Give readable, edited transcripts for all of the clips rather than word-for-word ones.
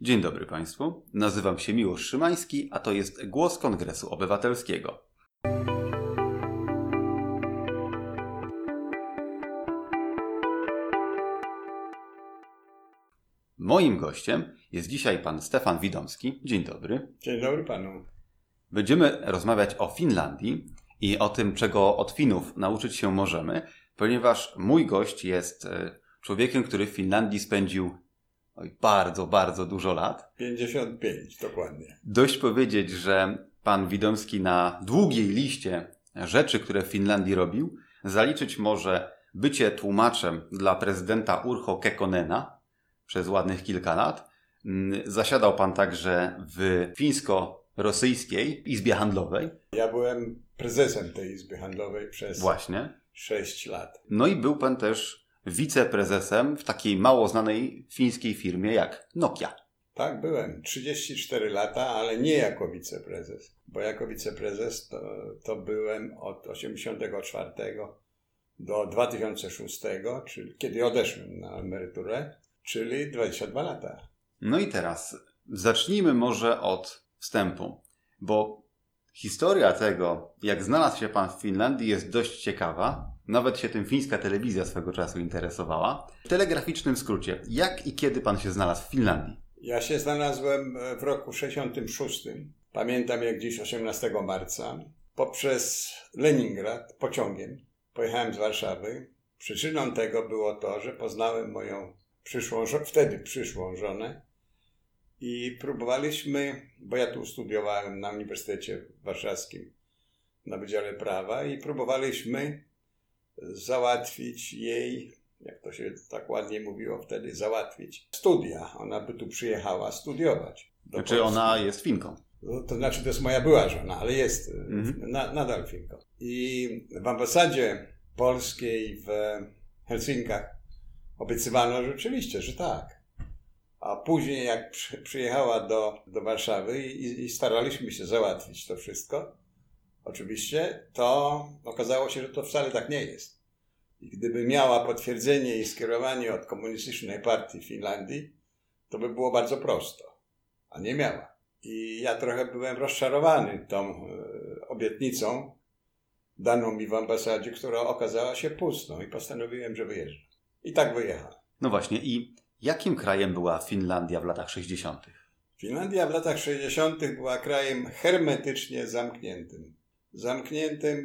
Dzień dobry Państwu, nazywam się Miłosz Szymański, a to jest Głos Kongresu Obywatelskiego. Moim gościem jest dzisiaj pan Stefan Widomski. Dzień dobry. Dzień dobry panu. Będziemy rozmawiać o Finlandii i o tym, czego od Finów nauczyć się możemy, ponieważ mój gość jest człowiekiem, który w Finlandii spędził bardzo, bardzo dużo lat. 55 dokładnie. Dość powiedzieć, że pan Widomski na długiej liście rzeczy, które w Finlandii robił, zaliczyć może bycie tłumaczem dla prezydenta Urho Kekkonena przez ładnych kilka lat. Zasiadał pan także w fińsko-rosyjskiej izbie handlowej. Ja byłem prezesem tej izby handlowej przez 6 lat. No i był pan też wiceprezesem w takiej mało znanej fińskiej firmie jak Nokia. Tak, byłem. 34 lata, ale nie jako wiceprezes. Bo jako wiceprezes to byłem od 1984 do 2006, czyli kiedy odeszłem na emeryturę, czyli 22 lata. No i teraz zacznijmy może od wstępu, bo historia tego, jak znalazł się pan w Finlandii, jest dość ciekawa. Nawet się tym fińska telewizja swego czasu interesowała. W telegraficznym skrócie, jak i kiedy pan się znalazł w Finlandii? Ja się znalazłem w roku 66. Pamiętam jak dziś 18 marca. Poprzez Leningrad pociągiem pojechałem z Warszawy. Przyczyną tego było to, że poznałem moją wtedy przyszłą żonę i próbowaliśmy, bo ja tu studiowałem na Uniwersytecie Warszawskim na Wydziale Prawa i próbowaliśmy załatwić jej, jak to się tak ładnie mówiło wtedy, załatwić studia. Ona by tu przyjechała studiować. Znaczy ona jest Finką. To znaczy to jest moja była żona, ale jest nadal Finką. I w ambasadzie polskiej w Helsinkach obiecywano rzeczywiście, że tak. A później jak przyjechała do Warszawy i staraliśmy się załatwić to wszystko, oczywiście, to okazało się, że to wcale tak nie jest. I gdyby miała potwierdzenie i skierowanie od Komunistycznej Partii Finlandii, to by było bardzo prosto. A nie miała. I ja trochę byłem rozczarowany tą obietnicą daną mi w ambasadzie, która okazała się pustą i postanowiłem, że wyjeżdżam. I tak wyjechałem. No właśnie, i jakim krajem była Finlandia w latach 60.? Finlandia w latach 60. była krajem hermetycznie zamkniętym. Zamkniętym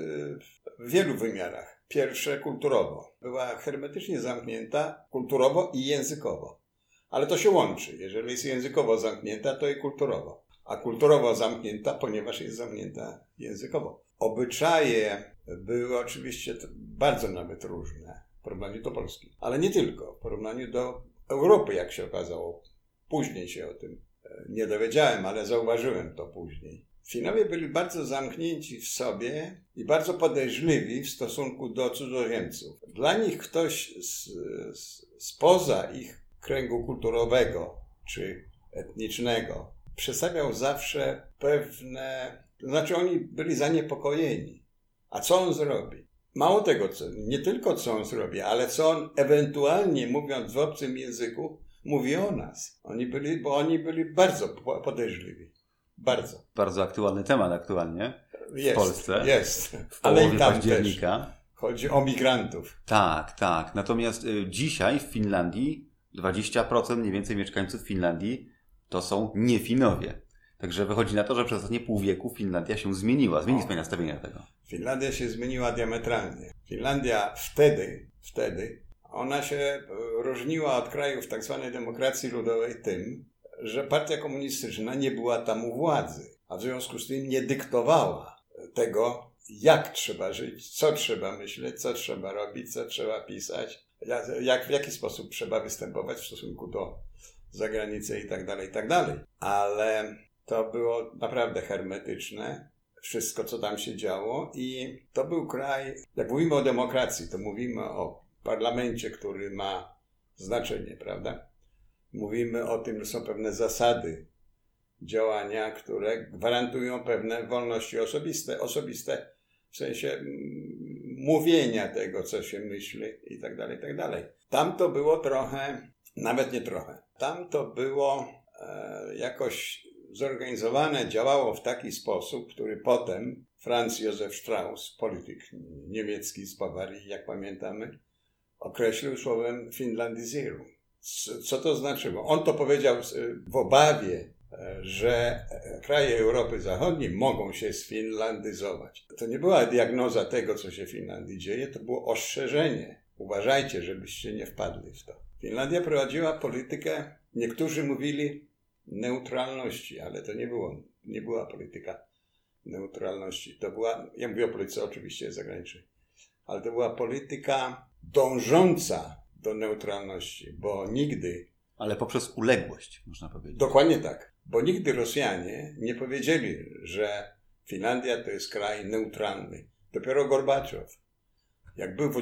w wielu wymiarach. Pierwsze kulturowo. Była hermetycznie zamknięta kulturowo i językowo. Ale to się łączy. Jeżeli jest językowo zamknięta, to i kulturowo. A kulturowo zamknięta, ponieważ jest zamknięta językowo. Obyczaje były oczywiście bardzo nawet różne w porównaniu do Polski. Ale nie tylko. W porównaniu do Europy, jak się okazało. Później się o tym nie dowiedziałem, ale zauważyłem to później. Finowie byli bardzo zamknięci w sobie i bardzo podejrzliwi w stosunku do cudzoziemców. Dla nich ktoś spoza ich kręgu kulturowego czy etnicznego przedstawiał zawsze pewne... To znaczy oni byli zaniepokojeni. A co on zrobi? Mało tego, nie tylko co on zrobi, ale co on ewentualnie, mówiąc w obcym języku, mówi o nas. Bo oni byli bardzo podejrzliwi. Bardzo. Bardzo aktualny temat aktualnie w Polsce. Jest. W połowie października. Też chodzi o migrantów. Tak, tak. Natomiast dzisiaj w Finlandii 20% mniej więcej mieszkańców Finlandii to są nie Finowie. Także wychodzi na to, że przez ostatnie pół wieku Finlandia się zmieniła. Zmieni swoje nastawienie do tego. Finlandia się zmieniła diametralnie. Finlandia wtedy ona się różniła od krajów tak zwanej demokracji ludowej tym, że partia komunistyczna nie była tam u władzy, a w związku z tym nie dyktowała tego, jak trzeba żyć, co trzeba myśleć, co trzeba robić, co trzeba pisać, w jaki sposób trzeba występować w stosunku do zagranicy i tak dalej. Ale to było naprawdę hermetyczne, wszystko co tam się działo i to był kraj, jak mówimy o demokracji, to mówimy o parlamencie, który ma znaczenie, prawda? Mówimy o tym, że są pewne zasady działania, które gwarantują pewne wolności osobiste w sensie mówienia tego, co się myśli i tak dalej. Tam to było trochę, nawet nie trochę, tam to było jakoś zorganizowane działało w taki sposób, który potem Franz Josef Strauss, polityk niemiecki z Bawarii, jak pamiętamy, określił słowem Finlandizierung. Co to znaczyło? On to powiedział w obawie, że kraje Europy Zachodniej mogą się sfinlandyzować. To nie była diagnoza tego, co się w Finlandii dzieje, to było ostrzeżenie. Uważajcie, żebyście nie wpadli w to. Finlandia prowadziła politykę, niektórzy mówili neutralności, ale to nie była polityka neutralności. To była, ja mówię o polityce oczywiście zagranicznej, ale to była polityka dążąca do neutralności, bo nigdy... Ale poprzez uległość, można powiedzieć. Dokładnie tak, bo nigdy Rosjanie nie powiedzieli, że Finlandia to jest kraj neutralny. Dopiero Gorbaczow, jak był w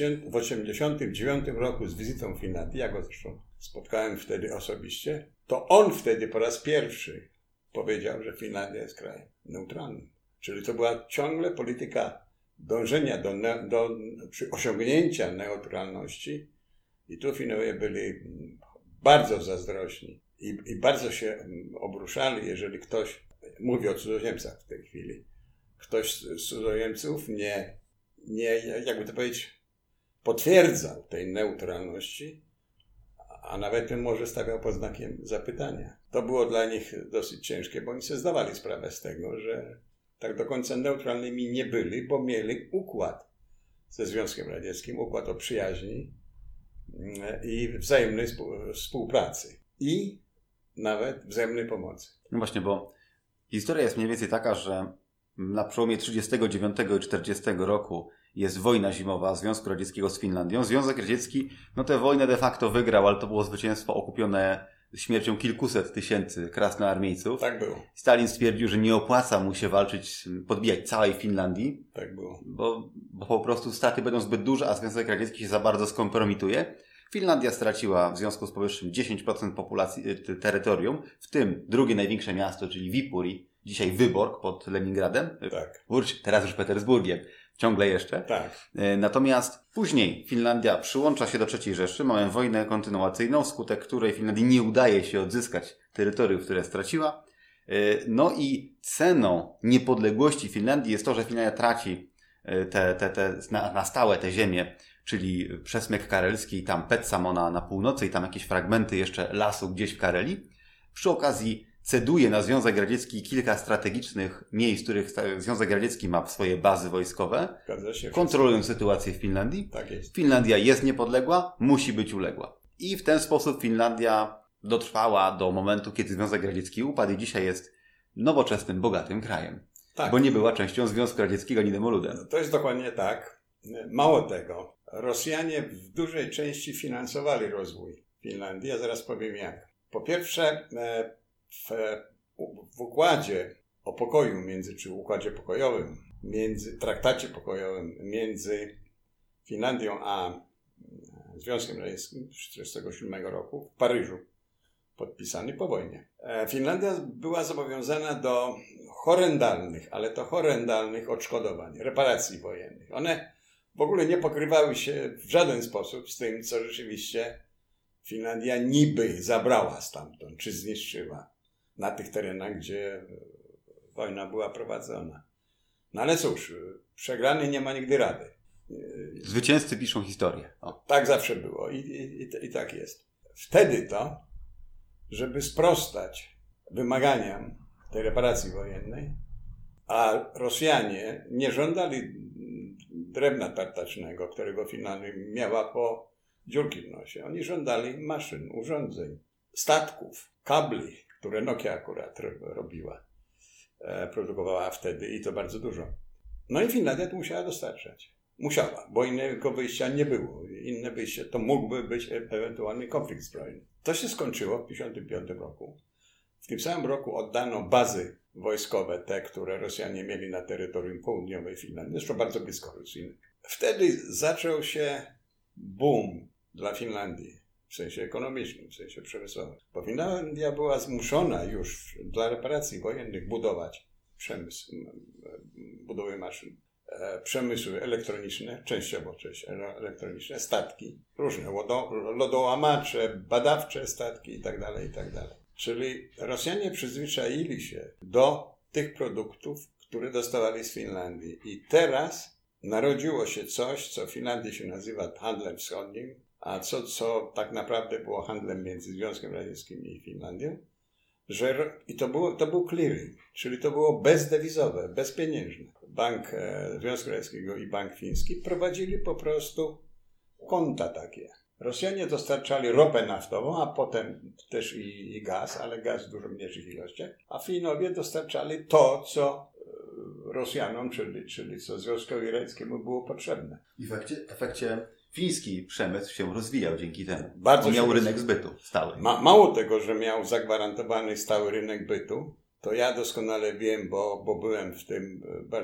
1989 roku z wizytą w Finlandii, ja go zresztą spotkałem wtedy osobiście, to on wtedy po raz pierwszy powiedział, że Finlandia jest krajem neutralnym. Czyli to była ciągle polityka dążenia do osiągnięcia neutralności i tu Finowie byli bardzo zazdrośni i bardzo się obruszali, jeżeli ktoś, mówię o cudzoziemcach w tej chwili, ktoś z cudzoziemców nie jakby to powiedzieć, potwierdzał tej neutralności, a nawet może stawiał pod znakiem zapytania. To było dla nich dosyć ciężkie, bo oni sobie zdawali sprawę z tego, że tak do końca neutralnymi nie byli, bo mieli układ ze Związkiem Radzieckim, układ o przyjaźni i wzajemnej współpracy i nawet wzajemnej pomocy. No właśnie, bo historia jest mniej więcej taka, że na przełomie 1939 i 1940 roku jest wojna zimowa Związku Radzieckiego z Finlandią. Związek Radziecki, no tę wojnę de facto wygrał, ale to było zwycięstwo okupione śmiercią kilkuset tysięcy krasnoarmijców. Tak było. Stalin stwierdził, że nie opłaca mu się walczyć, podbijać całej Finlandii. Tak było. Bo po prostu straty będą zbyt duże, a Związek Radziecki się za bardzo skompromituje. Finlandia straciła w związku z powyższym 10% populacji, terytorium, w tym drugie największe miasto, czyli Viipuri, dzisiaj Wyborg pod Leningradem. Tak. Łódź, teraz już Petersburgiem. Ciągle jeszcze. Tak. Natomiast później Finlandia przyłącza się do III Rzeszy. Mamy wojnę kontynuacyjną, wskutek której Finlandii nie udaje się odzyskać terytoriów, które straciła. No i ceną niepodległości Finlandii jest to, że Finlandia traci na stałe te ziemię, czyli przesmyk karelski, tam Petsamona na północy i tam jakieś fragmenty jeszcze lasu gdzieś w Karelii. Przy okazji ceduje na Związek Radziecki kilka strategicznych miejsc, w których Związek Radziecki ma swoje bazy wojskowe, kontrolując sytuację w Finlandii. Tak jest. Finlandia jest niepodległa, musi być uległa. I w ten sposób Finlandia dotrwała do momentu, kiedy Związek Radziecki upadł i dzisiaj jest nowoczesnym, bogatym krajem. Tak. Bo nie była częścią Związku Radzieckiego ani demoludem. To jest dokładnie tak. Mało tego, Rosjanie w dużej części finansowali rozwój Finlandii. Ja zaraz powiem jak. Po pierwsze, w układzie o pokoju czy układzie pokojowym, traktacie pokojowym między Finlandią a Związkiem Radzieckim z 1947 roku w Paryżu, podpisany po wojnie. Finlandia była zobowiązana do horrendalnych odszkodowań, reparacji wojennych. One w ogóle nie pokrywały się w żaden sposób z tym, co rzeczywiście Finlandia niby zabrała stamtąd, czy zniszczyła na tych terenach, gdzie wojna była prowadzona. No ale cóż, przegrany nie ma nigdy rady. Zwycięzcy piszą historię. O. Tak zawsze było i tak jest. Wtedy to, żeby sprostać wymaganiom tej reparacji wojennej, a Rosjanie nie żądali drewna tartacznego, którego Finlandia miała po dziurki w nosie. Oni żądali maszyn, urządzeń, statków, kabli, które Nokia akurat produkowała wtedy i to bardzo dużo. No i Finlandia to musiała dostarczać. Musiała, bo innego wyjścia nie było. Inne wyjście to mógłby być ewentualny konflikt zbrojny. To się skończyło w 1955 roku. W tym samym roku oddano bazy wojskowe, te, które Rosjanie mieli na terytorium południowej Finlandii, zresztą bardzo blisko Rosji. Wtedy zaczął się boom dla Finlandii, w sensie ekonomicznym, w sensie przemysłowym. Bo Finlandia była zmuszona już dla reparacji wojennych budować przemysł, budowy maszyn, przemysły elektroniczne, częściowo statki, różne lodołamacze, badawcze statki itd. Czyli Rosjanie przyzwyczaili się do tych produktów, które dostawali z Finlandii. I teraz narodziło się coś, co w Finlandii się nazywa handlem wschodnim, a co tak naprawdę było handlem między Związkiem Radzieckim i Finlandią. I to był clearing, czyli to było bezdewizowe, bezpieniężne. Bank Związku Radzieckiego i Bank Fiński prowadzili po prostu konta takie. Rosjanie dostarczali ropę naftową, a potem też i gaz, ale gaz w dużo mniejszych ilościach, a Finowie dostarczali to, co Rosjanom, czyli co Związkowi Radzieckiemu było potrzebne. I w efekcie fiński przemysł się rozwijał dzięki temu. Bardzo miał rynek zbytu stały. Mało tego, że miał zagwarantowany stały rynek bytu, to ja doskonale wiem, bo byłem w tym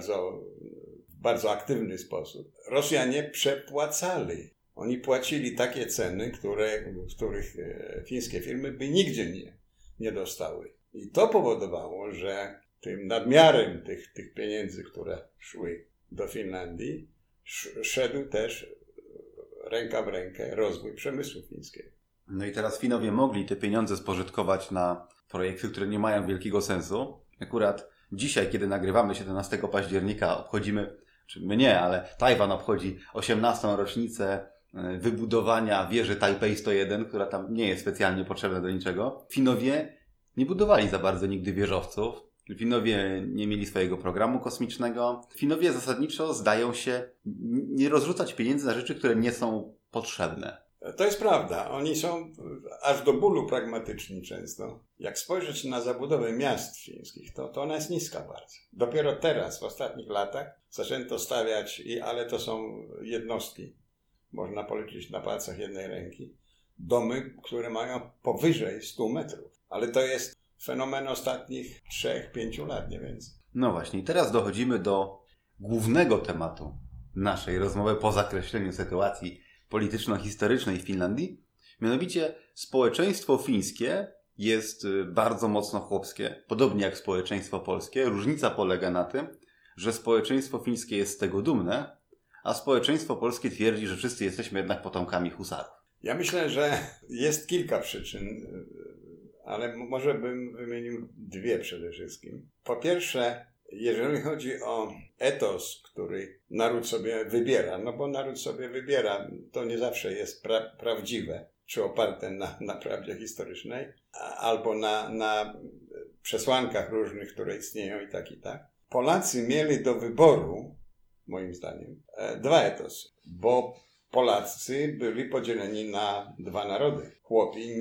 bardzo aktywny sposób. Rosjanie przepłacali. Oni płacili takie ceny, których fińskie firmy by nigdzie nie dostały. I to powodowało, że tym nadmiarem tych pieniędzy, które szły do Finlandii, szedł też ręka w rękę rozwój przemysłu fińskiego. No i teraz Finowie mogli te pieniądze spożytkować na projekty, które nie mają wielkiego sensu. Akurat dzisiaj, kiedy nagrywamy 17 października, obchodzimy, czy my nie, ale Tajwan obchodzi 18. rocznicę wybudowania wieży Tajpej 101, która tam nie jest specjalnie potrzebna do niczego. Finowie nie budowali za bardzo nigdy wieżowców. Finowie nie mieli swojego programu kosmicznego. Finowie zasadniczo zdają się nie rozrzucać pieniędzy na rzeczy, które nie są potrzebne. To jest prawda. Oni są aż do bólu pragmatyczni często. Jak spojrzeć na zabudowę miast fińskich, to ona jest niska bardzo. Dopiero teraz, w ostatnich latach, zaczęto stawiać, ale to są jednostki, można policzyć na palcach jednej ręki, domy, które mają powyżej 100 metrów. Ale to jest fenomen ostatnich 3-5 lat, nie więcej. No właśnie, i teraz dochodzimy do głównego tematu naszej rozmowy po zakreśleniu sytuacji polityczno-historycznej w Finlandii. Mianowicie społeczeństwo fińskie jest bardzo mocno chłopskie, podobnie jak społeczeństwo polskie. Różnica polega na tym, że społeczeństwo fińskie jest z tego dumne, a społeczeństwo polskie twierdzi, że wszyscy jesteśmy jednak potomkami husarów. Ja myślę, że jest kilka przyczyn, ale może bym wymienił dwie przede wszystkim. Po pierwsze, jeżeli chodzi o etos, który naród sobie wybiera, no bo naród sobie wybiera, to nie zawsze jest prawdziwe, czy oparte na prawdzie historycznej, albo na przesłankach różnych, które istnieją i tak, i tak. Polacy mieli do wyboru, moim zdaniem, dwa etosy, bo Polacy byli podzieleni na dwa narody. Chłopi,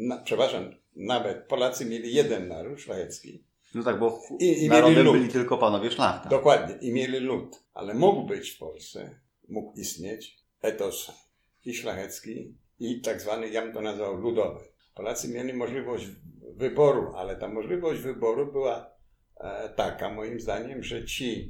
nawet Polacy mieli jeden naród, szlachecki. No tak, bo I narodem mieli byli tylko panowie szlachta. Dokładnie. I mieli lud. Ale mógł być w Polsce, mógł istnieć etos i szlachecki, i tak zwany, ja bym to nazwał, ludowy. Polacy mieli możliwość wyboru, ale ta możliwość wyboru była taka, moim zdaniem, że ci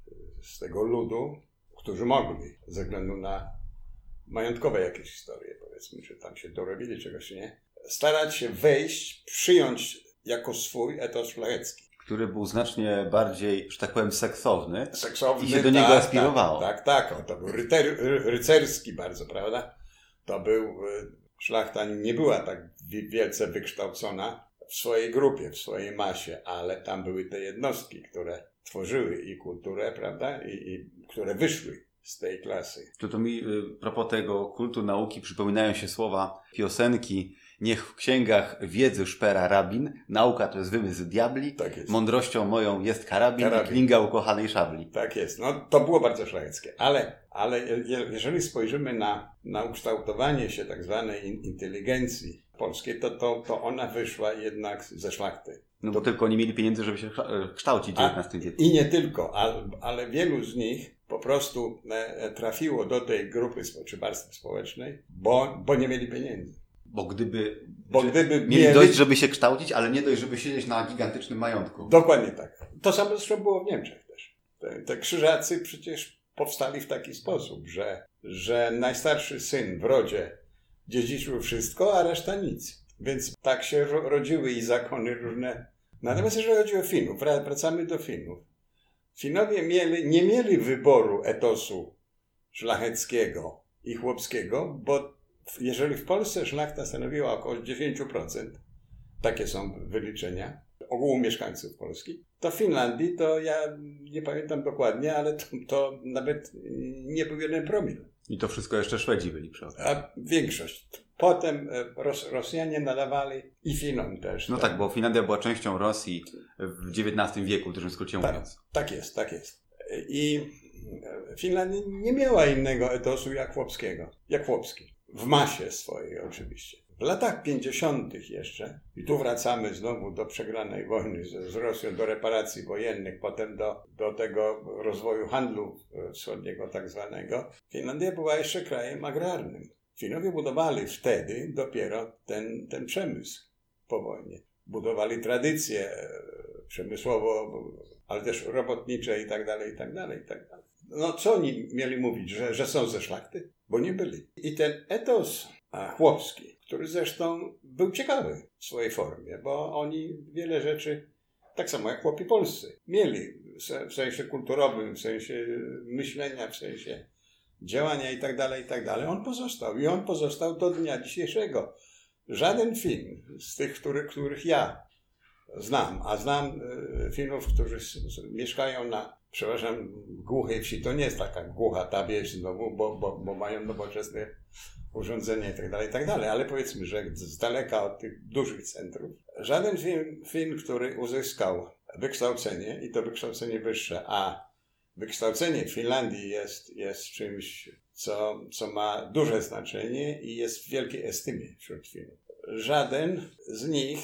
z tego ludu, którzy mogli, ze względu na majątkowe jakieś historie, powiedzmy, że tam się dorobili czegoś, nie? Starać się wejść, przyjąć jako swój etos szlachecki. Który był znacznie bardziej, że tak powiem, seksowny i się do tak, niego aspirowało. Tak. To był rycerski bardzo, prawda? To był, szlachta nie była tak wielce wykształcona w swojej grupie, w swojej masie, ale tam były te jednostki, które tworzyły i kulturę, prawda? I które wyszły z tej klasy. To mi a propos tego kultu nauki przypominają się słowa piosenki: niech w księgach wiedzy szpera rabin, nauka to jest wymysł diabli, Tak jest. Mądrością moją jest karabin i klinga ukochanej szabli. Tak jest. No to było bardzo szlacheckie. Ale jeżeli spojrzymy na ukształtowanie się tak zwanej inteligencji polskiej, to ona wyszła jednak ze szlachty. No bo tylko nie mieli pieniędzy, żeby się kształcić w XIX wieku. I nie tylko, ale wielu z nich po prostu trafiło do tej grupy czy warstwy społecznej, bo nie mieli pieniędzy. Bo gdyby mieli dość, żeby się kształcić, ale nie dość, żeby siedzieć na gigantycznym majątku. Dokładnie tak. To samo zresztą było w Niemczech też. Te krzyżacy przecież powstali w taki sposób, że najstarszy syn w rodzie dziedziczył wszystko, a reszta nic. Więc tak się rodziły i zakony różne. Natomiast jeżeli chodzi o Finów, wracamy do Finów. Finowie nie mieli wyboru etosu szlacheckiego i chłopskiego, bo jeżeli w Polsce szlachta stanowiła około 10%, takie są wyliczenia ogółu mieszkańców Polski, to w Finlandii to ja nie pamiętam dokładnie, ale to nawet nie był 1 promil. I to wszystko jeszcze Szwedzi byli przy okazji. A większość. Potem Rosjanie nadawali i Finom też. No tak, bo Finlandia była częścią Rosji w XIX wieku, w dużym skrócie mówiąc. Tak jest, tak jest. I Finlandia nie miała innego etosu jak chłopski. W masie swojej oczywiście. W latach 50. jeszcze, i tu wracamy znowu do przegranej wojny z Rosją, do reparacji wojennych, potem do tego rozwoju handlu wschodniego tak zwanego, Finlandia była jeszcze krajem agrarnym. Finowie budowali wtedy dopiero ten przemysł po wojnie. Budowali tradycje przemysłowo, ale też robotnicze i tak dalej, i tak dalej, i tak dalej. No co oni mieli mówić, że są ze szlachty? Bo nie byli. I ten etos chłopski, który zresztą był ciekawy w swojej formie, bo oni wiele rzeczy, tak samo jak chłopi polscy, mieli w sensie kulturowym, w sensie myślenia, w sensie działania i tak dalej. On pozostał i on pozostał do dnia dzisiejszego. Żaden Fin z tych, których ja znam, a znam Finów, którzy mieszkają na, przepraszam, głuchej wsi. To nie jest taka głucha ta wieś znowu, bo mają nowoczesne urządzenia i tak dalej, ale powiedzmy, że z daleka od tych dużych centrów. Żaden Fin, który uzyskał wykształcenie i to wykształcenie wyższe, a wykształcenie w Finlandii jest czymś, co ma duże znaczenie i jest w wielkiej estymie wśród Finów. Żaden z nich,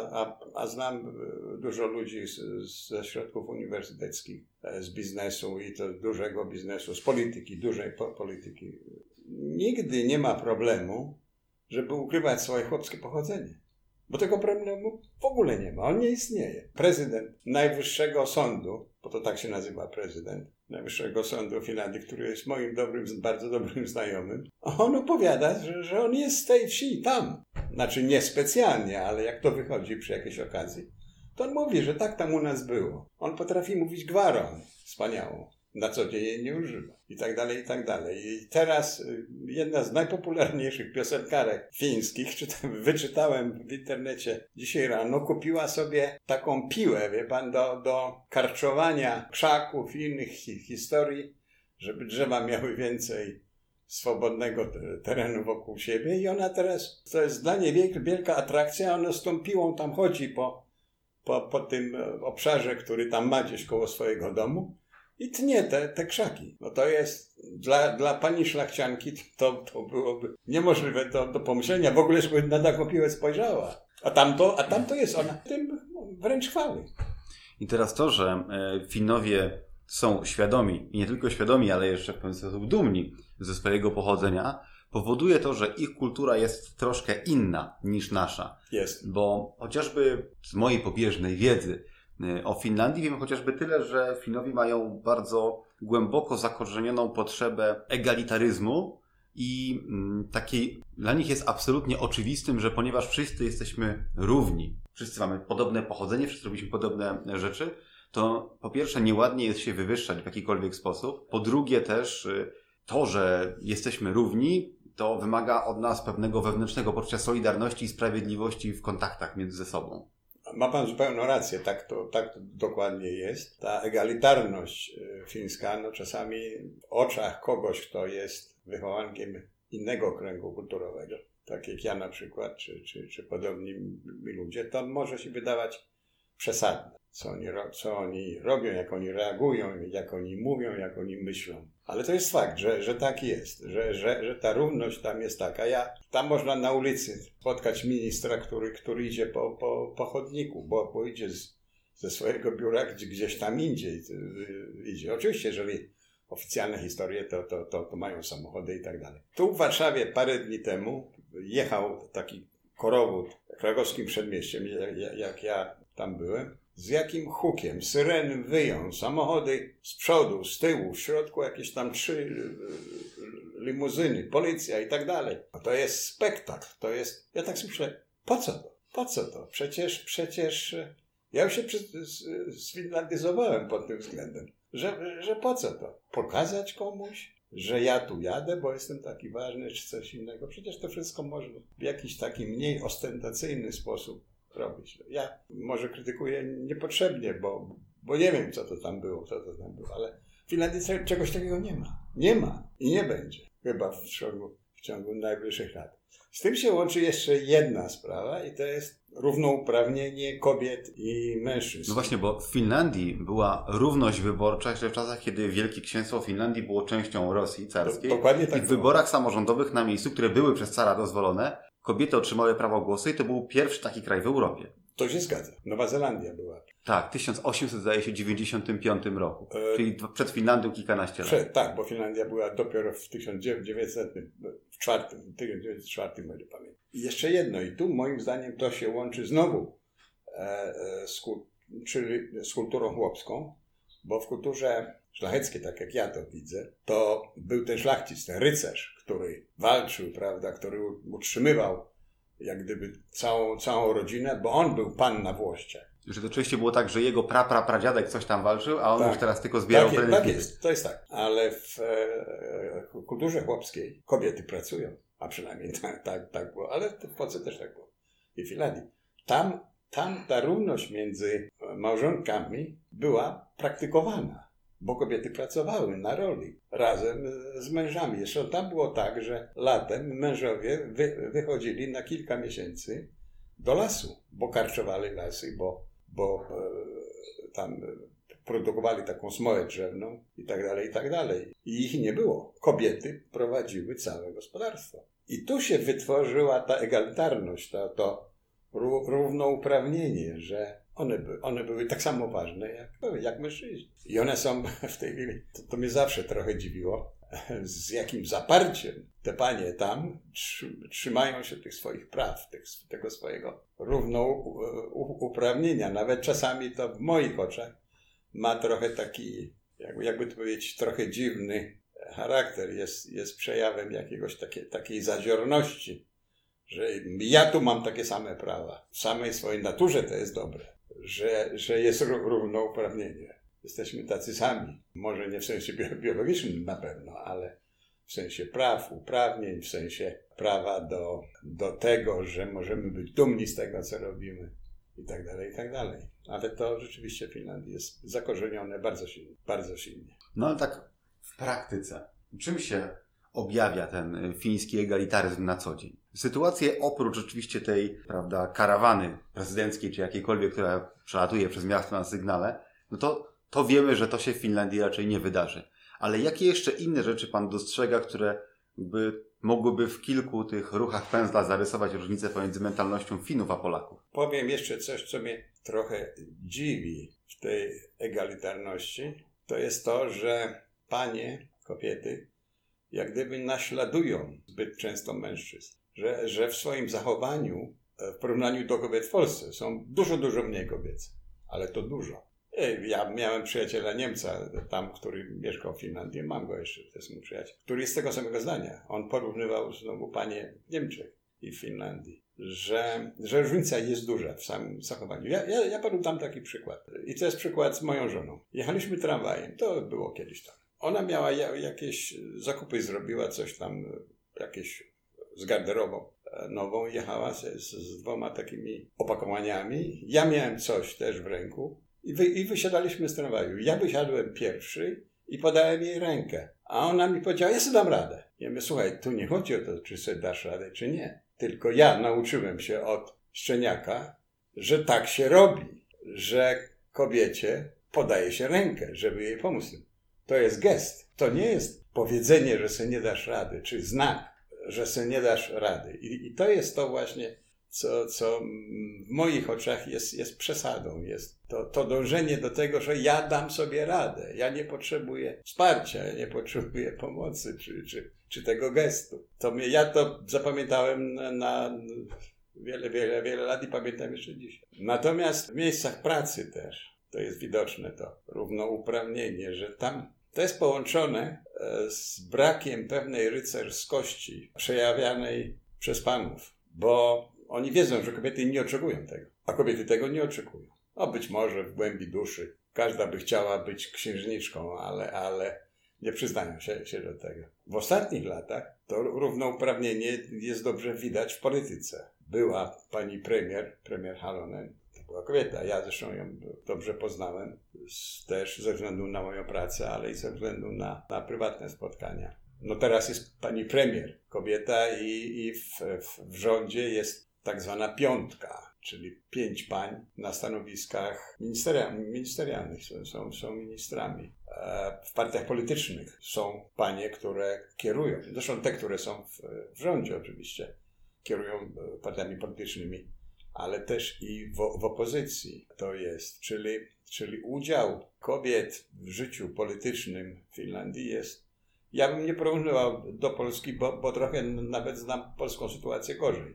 a znam dużo ludzi ze środków uniwersyteckich, z biznesu i to dużego biznesu, z polityki, dużej polityki, nigdy nie ma problemu, żeby ukrywać swoje chłopskie pochodzenie. Bo tego problemu w ogóle nie ma, on nie istnieje. Prezydent Najwyższego Sądu, bo to tak się nazywa prezydent Najwyższego Sądu Finlandii, który jest moim bardzo dobrym znajomym, on opowiada, że on jest z tej wsi, tam. Znaczy nie specjalnie, ale jak to wychodzi przy jakiejś okazji, to on mówi, że tak tam u nas było. On potrafi mówić gwarą wspaniałą. Na co dzień jej nie używa. I tak dalej, i tak dalej. I teraz jedna z najpopularniejszych piosenkarek fińskich, wyczytałem w internecie dzisiaj rano, kupiła sobie taką piłę, wie pan, do karczowania krzaków i innych historii, żeby drzewa miały więcej swobodnego terenu wokół siebie. I ona teraz, to jest dla niej wielka atrakcja, ona z tą piłą tam chodzi po tym obszarze, który tam ma gdzieś koło swojego domu. I tnie te krzaki. No to jest dla pani szlachcianki to byłoby niemożliwe do pomyślenia. W ogóle, żeby na taką piłę spojrzała. A tamto jest ona tym wręcz chwali. I teraz to, że Finowie są świadomi, i nie tylko świadomi, ale jeszcze w pewien sposób dumni ze swojego pochodzenia, powoduje to, że ich kultura jest troszkę inna niż nasza. Jest. Bo chociażby z mojej pobieżnej wiedzy o Finlandii wiemy chociażby tyle, że Finowie mają bardzo głęboko zakorzenioną potrzebę egalitaryzmu i takiej, dla nich jest absolutnie oczywistym, że ponieważ wszyscy jesteśmy równi, wszyscy mamy podobne pochodzenie, wszyscy robiliśmy podobne rzeczy, to po pierwsze nieładnie jest się wywyższać w jakikolwiek sposób, po drugie też to, że jesteśmy równi, to wymaga od nas pewnego wewnętrznego poczucia solidarności i sprawiedliwości w kontaktach między sobą. Ma pan zupełną rację, tak to dokładnie jest. Ta egalitarność fińska, no czasami w oczach kogoś, kto jest wychowankiem innego kręgu kulturowego, tak jak ja na przykład, czy podobni mi ludzie, to może się wydawać przesadne, co oni robią, jak oni reagują, jak oni mówią, jak oni myślą. Ale to jest fakt, że tak jest, że ta równość tam jest taka. Tam można na ulicy spotkać ministra, który idzie po chodniku, bo idzie ze swojego biura gdzieś tam indziej idzie. Oczywiście, jeżeli oficjalne historie, to mają samochody i tak dalej. Tu w Warszawie parę dni temu jechał taki korowód krakowskim przedmieściem, jak ja tam byłem. Z jakim hukiem, syreny wyją, samochody z przodu, z tyłu, w środku jakieś tam 3 limuzyny, policja i tak dalej. No to jest spektakl, to jest... Ja tak sobie myślę, po co to? Po co to? Przecież ja już się sfinlandyzowałem pod tym względem, że po co to? Pokazać komuś, że ja tu jadę, bo jestem taki ważny, czy coś innego. Przecież to wszystko można w jakiś taki mniej ostentacyjny sposób robić. Ja może krytykuję niepotrzebnie, bo nie wiem, co to tam było, ale w Finlandii czegoś takiego nie ma. Nie ma i nie będzie. Chyba w ciągu najbliższych lat. Z tym się łączy jeszcze jedna sprawa i to jest równouprawnienie kobiet i mężczyzn. No właśnie, bo w Finlandii była równość wyborcza jeszcze w czasach, kiedy Wielkie Księstwo Finlandii było częścią Rosji carskiej. Dokładnie tak I w wyborach samorządowych na miejscu, które były przez cara dozwolone, kobiety otrzymały prawo głosu i to był pierwszy taki kraj w Europie. To się zgadza. Nowa Zelandia była. Tak, 1895 roku, czyli przed Finlandią kilkanaście lat. Tak, bo Finlandia była dopiero w 1904, może pamiętam. I jeszcze jedno, i tu moim zdaniem to się łączy znowu z kulturą chłopską, bo w kulturze szlacheckiej, tak jak ja to widzę, to był ten szlachcic, ten rycerz, który walczył, prawda, który utrzymywał jak gdyby całą rodzinę, bo on był pan na Włościach. Że to oczywiście było tak, że jego pradziadek coś tam walczył, a on już teraz tylko zbierał ten tak jest, to jest tak. Ale w kulturze chłopskiej kobiety pracują, a przynajmniej tak było, ale w Polsce też tak było. I w Finlandii. Tam ta równość między małżonkami była praktykowana, bo kobiety pracowały na roli razem z mężami. Jeszcze tam było tak, że latem mężowie wychodzili na kilka miesięcy do lasu, bo karczowali lasy, bo tam produkowali taką smołę drzewną i tak dalej, i tak dalej. I ich nie było. Kobiety prowadziły całe gospodarstwo. I tu się wytworzyła ta egalitarność, to równouprawnienie, że one były tak samo ważne jak mężczyźni. I one są w tej chwili, to mnie zawsze trochę dziwiło, z jakim zaparciem te panie tam trzymają się tych swoich praw, tego swojego równouprawnienia. Nawet czasami to w moich oczach ma trochę taki, jakby to powiedzieć, trochę dziwny charakter. Jest przejawem jakiegoś takiej zaziorności, że ja tu mam takie same prawa. W samej swojej naturze to jest dobre, że jest równouprawnienie. Jesteśmy tacy sami. Może nie w sensie biologicznym na pewno, ale w sensie praw, uprawnień, w sensie prawa do tego, że możemy być dumni z tego, co robimy i tak dalej, i tak dalej. Ale to rzeczywiście w Finlandii jest zakorzenione bardzo silnie, bardzo silnie. No ale tak w praktyce, czym się objawia ten fiński egalitaryzm na co dzień? Sytuacje oprócz oczywiście tej, prawda, karawany prezydenckiej czy jakiejkolwiek, która przelatuje przez miasto na sygnale, no to wiemy, że to się w Finlandii raczej nie wydarzy. Ale jakie jeszcze inne rzeczy pan dostrzega, które mogłyby w kilku tych ruchach pędzla zarysować różnicę pomiędzy mentalnością Finów a Polaków? Powiem jeszcze coś, co mnie trochę dziwi w tej egalitarności. To jest to, że panie, kobiety, jak gdyby naśladują zbyt często mężczyzn. Że w swoim zachowaniu, w porównaniu do kobiet w Polsce, są dużo mniej kobiece. Ale to dużo. Ja miałem przyjaciela Niemca tam, który mieszkał w Finlandii, mam go jeszcze, to jest mój przyjaciel, który jest tego samego zdania. On porównywał znowu panie w Niemczech i w Finlandii, że różnica jest duża w samym zachowaniu. Ja panu dam taki przykład. I to jest przykład z moją żoną. Jechaliśmy tramwajem, to było kiedyś tam. Ona miała jakieś zakupy, zrobiła coś tam, jakieś z garderobą nową, jechała z 2 takimi opakowaniami. Ja miałem coś też w ręku. I wysiadaliśmy z tramwaju. Ja wysiadłem pierwszy i podałem jej rękę. A ona mi powiedziała, ja sobie dam radę. Ja mówię, słuchaj, tu nie chodzi o to, czy sobie dasz radę, czy nie. Tylko ja nauczyłem się od szczeniaka, że tak się robi. Że kobiecie podaje się rękę, żeby jej pomóc. To jest gest. To nie jest powiedzenie, że sobie nie dasz rady, czy znak, że sobie nie dasz rady. I to jest to właśnie, co w moich oczach jest przesadą. Jest to dążenie do tego, że ja dam sobie radę. Ja nie potrzebuję wsparcia, ja nie potrzebuję pomocy czy tego gestu. Ja to zapamiętałem na wiele lat i pamiętam jeszcze dzisiaj. Natomiast w miejscach pracy też to jest widoczne, to równouprawnienie, że tam to jest połączone z brakiem pewnej rycerskości przejawianej przez panów, bo oni wiedzą, że kobiety nie oczekują tego, a kobiety tego nie oczekują. Być może w głębi duszy każda by chciała być księżniczką, ale nie przyznają się do tego. W ostatnich latach to równouprawnienie jest dobrze widać w polityce, była pani premier Halonen. To była kobieta. Ja zresztą ją dobrze poznałem, też ze względu na moją pracę, ale i ze względu na prywatne spotkania. No teraz jest pani premier, kobieta i w rządzie jest tak zwana piątka, czyli 5 pań na stanowiskach ministerialnych, są ministrami. W partiach politycznych są panie, które kierują, zresztą te, które są w rządzie oczywiście, kierują partiami politycznymi, ale też i w opozycji to jest, czyli udział kobiet w życiu politycznym w Finlandii jest. Ja bym nie porównywał do Polski, bo trochę nawet znam polską sytuację gorzej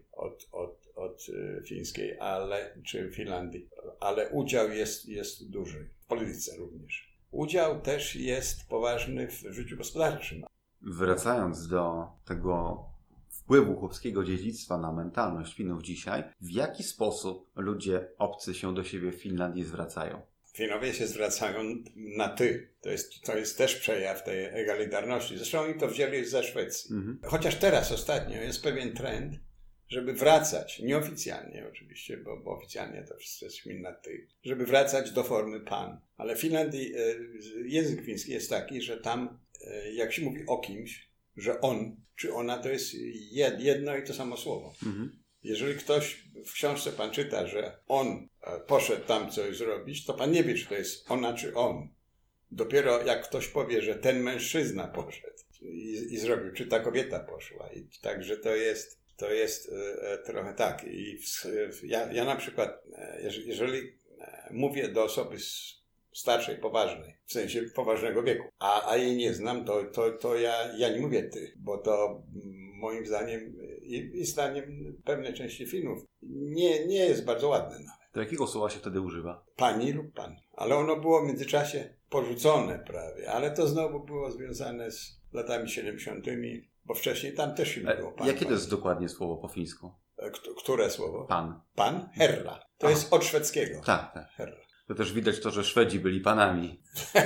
od fińskiej, czy Finlandii, ale udział jest duży, w polityce również. Udział też jest poważny w życiu gospodarczym. Wracając do tego wpływu chłopskiego dziedzictwa na mentalność Finów dzisiaj, w jaki sposób ludzie obcy się do siebie w Finlandii zwracają? Finowie się zwracają na ty. To jest też przejaw tej egalitarności. Zresztą oni to wzięli ze Szwecji. Chociaż teraz ostatnio jest pewien trend, żeby wracać, nieoficjalnie oczywiście, bo oficjalnie to wszyscy jesteśmy na ty, żeby wracać do formy pan. Ale w Finlandii język fiński jest taki, że tam jak się mówi o kimś, że on czy ona to jest jedno i to samo słowo. Jeżeli ktoś w książce pan czyta, że on poszedł tam coś zrobić, to pan nie wie, czy to jest ona, czy on. Dopiero jak ktoś powie, że ten mężczyzna poszedł i zrobił, czy ta kobieta poszła. I także to jest trochę tak. I ja na przykład, jeżeli mówię do osoby starszej, poważnej, w sensie poważnego wieku, a jej nie znam, to ja nie mówię ty, bo to moim zdaniem i zdaniem pewnej części Finów nie jest bardzo ładne nawet. Do jakiego słowa się wtedy używa? Pani lub pan. Ale ono było w międzyczasie porzucone prawie, ale to znowu było związane z latami 70., bo wcześniej tam też nie było pan. Jakie to jest dokładnie słowo po fińsku? Które słowo? Pan. Pan? Herra. To jest od szwedzkiego. Tak. Herra. To też widać to, że Szwedzi byli panami.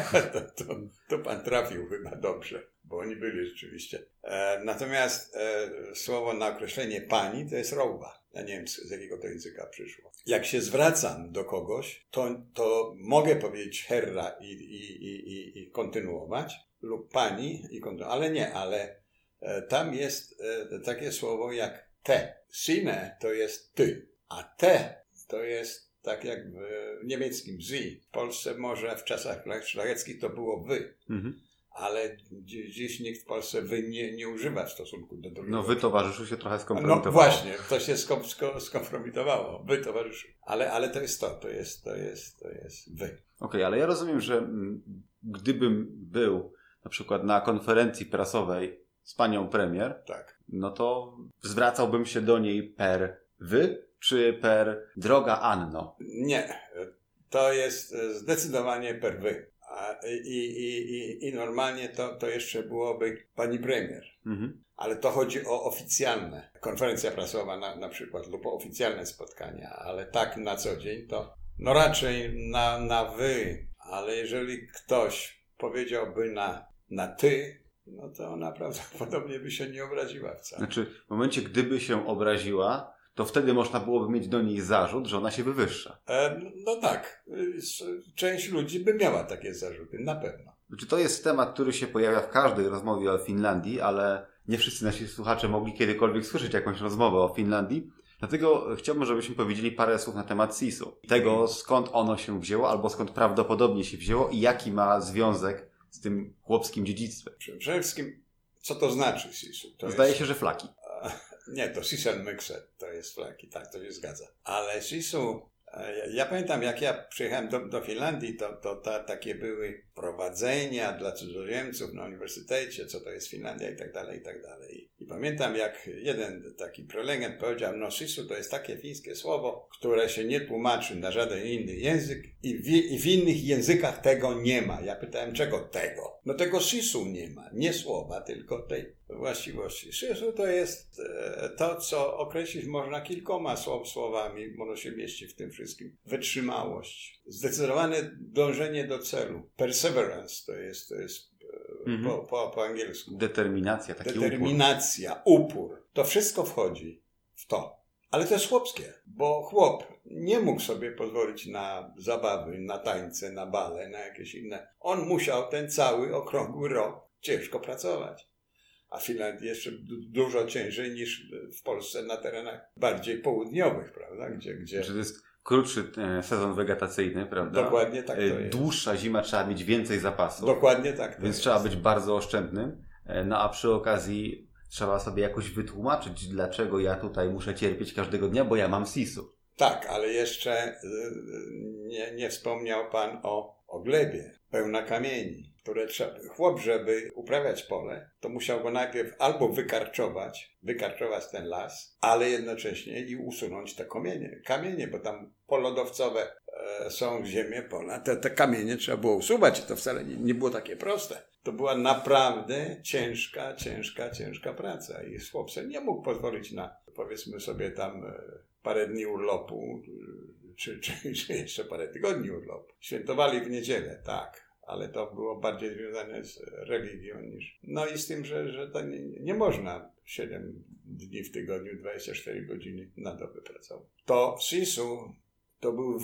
to pan trafił chyba dobrze, bo oni byli rzeczywiście. Natomiast słowo na określenie pani to jest rouva. Ja nie wiem, z jakiego to języka przyszło. Jak się zwracam do kogoś, to mogę powiedzieć herra i kontynuować, lub pani i kontynuować, ale nie, tam jest takie słowo jak te. Sine to jest ty, a te to jest tak jak w niemieckim sie. W Polsce może w czasach szlacheckich to było wy. Ale dziś nikt w Polsce wy nie używa w stosunku do drugiego. No wy towarzyszu się trochę skompromitowało. No właśnie, to się skompromitowało. Wy towarzyszu. Ale to jest to jest wy. Okej, ale ja rozumiem, że gdybym był na przykład na konferencji prasowej z panią premier, tak, no to zwracałbym się do niej per wy, czy per droga Anno? Nie, to jest zdecydowanie per wy. I normalnie to jeszcze byłoby pani premier. Ale to chodzi o oficjalne. Konferencja prasowa na przykład lub o oficjalne spotkania, ale tak na co dzień to no raczej na wy. Ale jeżeli ktoś powiedziałby na ty, no to ona prawdopodobnie by się nie obraziła wcale. Znaczy w momencie, gdyby się obraziła, to wtedy można byłoby mieć do niej zarzut, że ona się wywyższa. No tak. Część ludzi by miała takie zarzuty, na pewno. Znaczy, to jest temat, który się pojawia w każdej rozmowie o Finlandii, ale nie wszyscy nasi słuchacze mogli kiedykolwiek słyszeć jakąś rozmowę o Finlandii. Dlatego chciałbym, żebyśmy powiedzieli parę słów na temat SIS-u. Tego, skąd ono się wzięło, albo skąd prawdopodobnie się wzięło i jaki ma związek z tym chłopskim dziedzictwem. Przede wszystkim, co to znaczy SIS-u? Zdaje się, że flaki. Nie, to Sisselmykset to jest flaki, tak, to się zgadza. Ale SIS-u, ja pamiętam, jak ja przyjechałem do Finlandii, to takie były prowadzenia dla cudzoziemców na uniwersytecie, co to jest Finlandia i tak dalej, i tak dalej. I pamiętam, jak jeden taki prelegent powiedział, no SIS-u to jest takie fińskie słowo, które się nie tłumaczy na żaden inny język i w innych językach tego nie ma. Ja pytałem, czego tego? No tego SIS-u nie ma, nie słowa, tylko tej właściwości. SIS-u to jest to, co określić można kilkoma słowami, ono się mieści w tym wszystkim. Wytrzymałość, zdecydowane dążenie do celu. Perseverance to jest po angielsku. Determinacja, taki upór. To wszystko wchodzi w to. Ale to jest chłopskie, bo chłop nie mógł sobie pozwolić na zabawy, na tańce, na bale, na jakieś inne. On musiał ten cały okrągły rok ciężko pracować. A w Finlandii jeszcze dużo ciężej niż w Polsce na terenach bardziej południowych, prawda? Gdzie... To jest krótszy sezon wegetacyjny, prawda? Dokładnie tak to jest. Dłuższa zima, trzeba mieć więcej zapasów. Dokładnie tak to Więc jest. trzeba być bardzo oszczędnym. No a przy okazji trzeba sobie jakoś wytłumaczyć, dlaczego ja tutaj muszę cierpieć każdego dnia, bo ja mam sisu. Tak, ale jeszcze nie wspomniał Pan o glebie, pełna kamieni, które chłop, żeby uprawiać pole, to musiał go najpierw albo wykarczować ten las, ale jednocześnie i usunąć te kamienie, bo tam polodowcowe są ziemie, pola, te kamienie trzeba było usuwać i to wcale nie było takie proste. To była naprawdę ciężka praca i chłop sobie nie mógł pozwolić na, powiedzmy sobie tam, parę dni urlopu, czy jeszcze parę tygodni urlopu. Świętowali w niedzielę, tak, ale to było bardziej związane z religią niż... No i z tym, że to nie można 7 dni w tygodniu, 24 godziny na dobę pracować. To sisu to był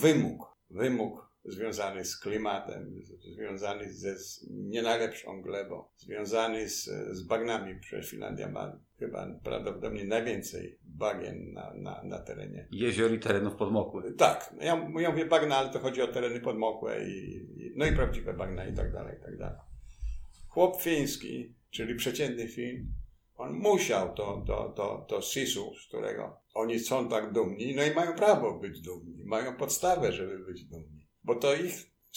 wymóg związany z klimatem, związany ze nie najlepszą glebą, związany z bagnami, przecież Finlandia ma chyba prawdopodobnie najwięcej bagien na terenie. Jezior i terenów podmokłych. Tak, ja mówię bagna, ale to chodzi o tereny podmokłe no i prawdziwe bagna i tak dalej, i tak dalej. Chłop fiński, czyli przeciętny Fin, on musiał to sisu, z którego oni są tak dumni, no i mają prawo być dumni, mają podstawę, żeby być dumni. Bo to ich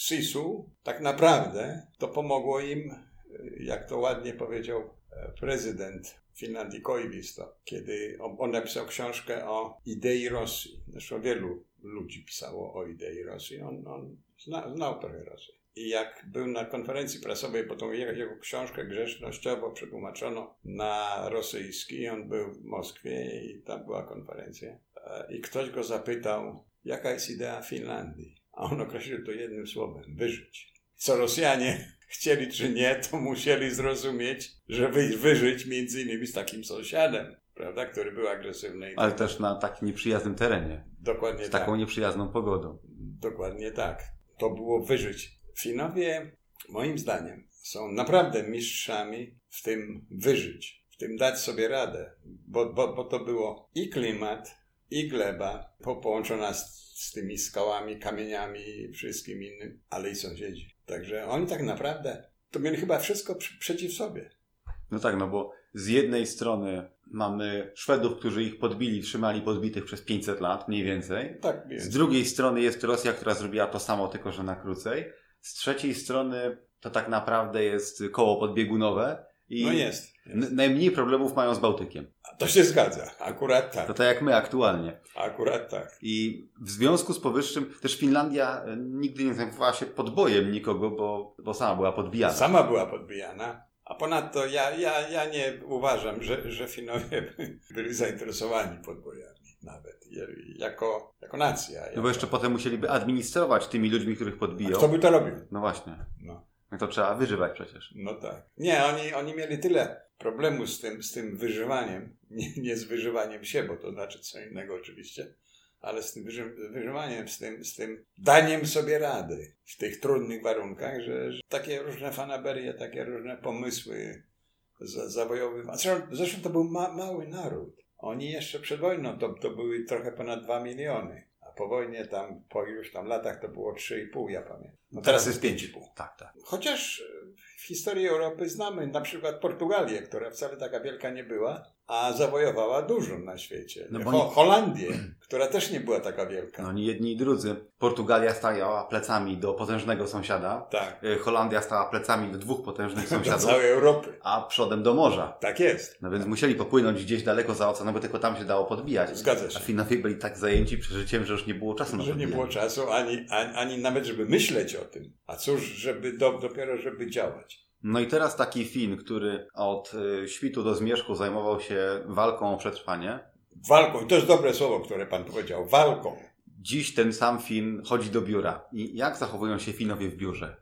sisu tak naprawdę to pomogło im, jak to ładnie powiedział prezydent Finlandii Koivisto, kiedy on napisał książkę o idei Rosji. Zresztą wielu ludzi pisało o idei Rosji. On znał trochę Rosję. I jak był na konferencji prasowej, bo tą jego książkę grzecznościowo przetłumaczono na rosyjski, on był w Moskwie i tam była konferencja. I ktoś go zapytał, jaka jest idea Finlandii? A on określił to jednym słowem, wyżyć. Co Rosjanie chcieli czy nie, to musieli zrozumieć, że wyżyć między innymi z takim sąsiadem, prawda, który był agresywny. Ale też na takim nieprzyjaznym terenie. Dokładnie z taką nieprzyjazną pogodą. Dokładnie tak. To było wyżyć. Finowie, moim zdaniem, są naprawdę mistrzami w tym wyżyć, w tym dać sobie radę, bo to było i klimat, i gleba, połączona z tymi skałami, kamieniami i wszystkim innym, ale i sąsiedzi. Także oni tak naprawdę to mieli chyba wszystko przeciw sobie. No tak, no bo z jednej strony mamy Szwedów, którzy ich podbili, trzymali podbitych przez 500 lat, mniej więcej. Tak, więc. Z drugiej strony jest Rosja, która zrobiła to samo, tylko że na krócej. Z trzeciej strony to tak naprawdę jest koło podbiegunowe. I no jest. Najmniej problemów mają z Bałtykiem. To się zgadza, akurat tak. To tak jak my aktualnie. Akurat tak. I w związku z powyższym też Finlandia nigdy nie zajmowała się podbojem nikogo, bo sama była podbijana. Sama była podbijana. A ponadto ja nie uważam, że Finowie byli zainteresowani podbojami nawet, jako nacja. No bo jeszcze potem musieliby administrować tymi ludźmi, których podbiją. A kto by to robił? No właśnie. No. No to trzeba wyżywać przecież. No tak. Nie, oni mieli tyle problemu z tym wyżywaniem, nie z wyżywaniem się, bo to znaczy co innego oczywiście, ale z tym wyżywaniem, z tym daniem sobie rady w tych trudnych warunkach, że takie różne fanaberie, takie różne pomysły zawojowywane. Zresztą to był mały naród. Oni jeszcze przed wojną to były trochę ponad 2 miliony. A po wojnie tam, po iluś tam latach to było 3,5, ja pamiętam. No teraz jest 5,5. Tak, tak. Chociaż w historii Europy znamy na przykład Portugalię, która wcale taka wielka nie była, a zawojowała dużo na świecie. No Holandię, która też nie była taka wielka. No ni jedni i drudzy. Portugalia stała plecami do potężnego sąsiada. Tak. Holandia stała plecami do 2 potężnych Do sąsiadów. całej Europy. A przodem do morza. Tak jest. No więc musieli popłynąć gdzieś daleko za ocean, bo tylko tam się dało podbijać. Zgadza się. A Finowie byli tak zajęci przeżyciem, że już nie było czasu na Że nie podbijanie. było czasu, ani nawet, żeby myśleć o tym. A cóż, dopiero żeby działać. No i teraz taki Fin, który od świtu do zmierzchu zajmował się walką o przetrwanie. Walką. To jest dobre słowo, które pan powiedział. Walką. Dziś ten sam Fin chodzi do biura. I jak zachowują się Finowie w biurze?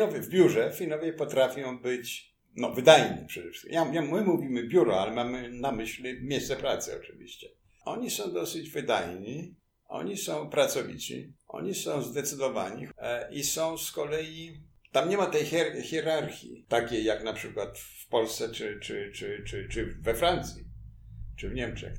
Finowie potrafią być, wydajni przede wszystkim. My mówimy biuro, ale mamy na myśli miejsce pracy oczywiście. Oni są dosyć wydajni, oni są pracowici, oni są zdecydowani i są z kolei... Tam nie ma tej hierarchii, takiej jak na przykład w Polsce czy we Francji, czy w Niemczech.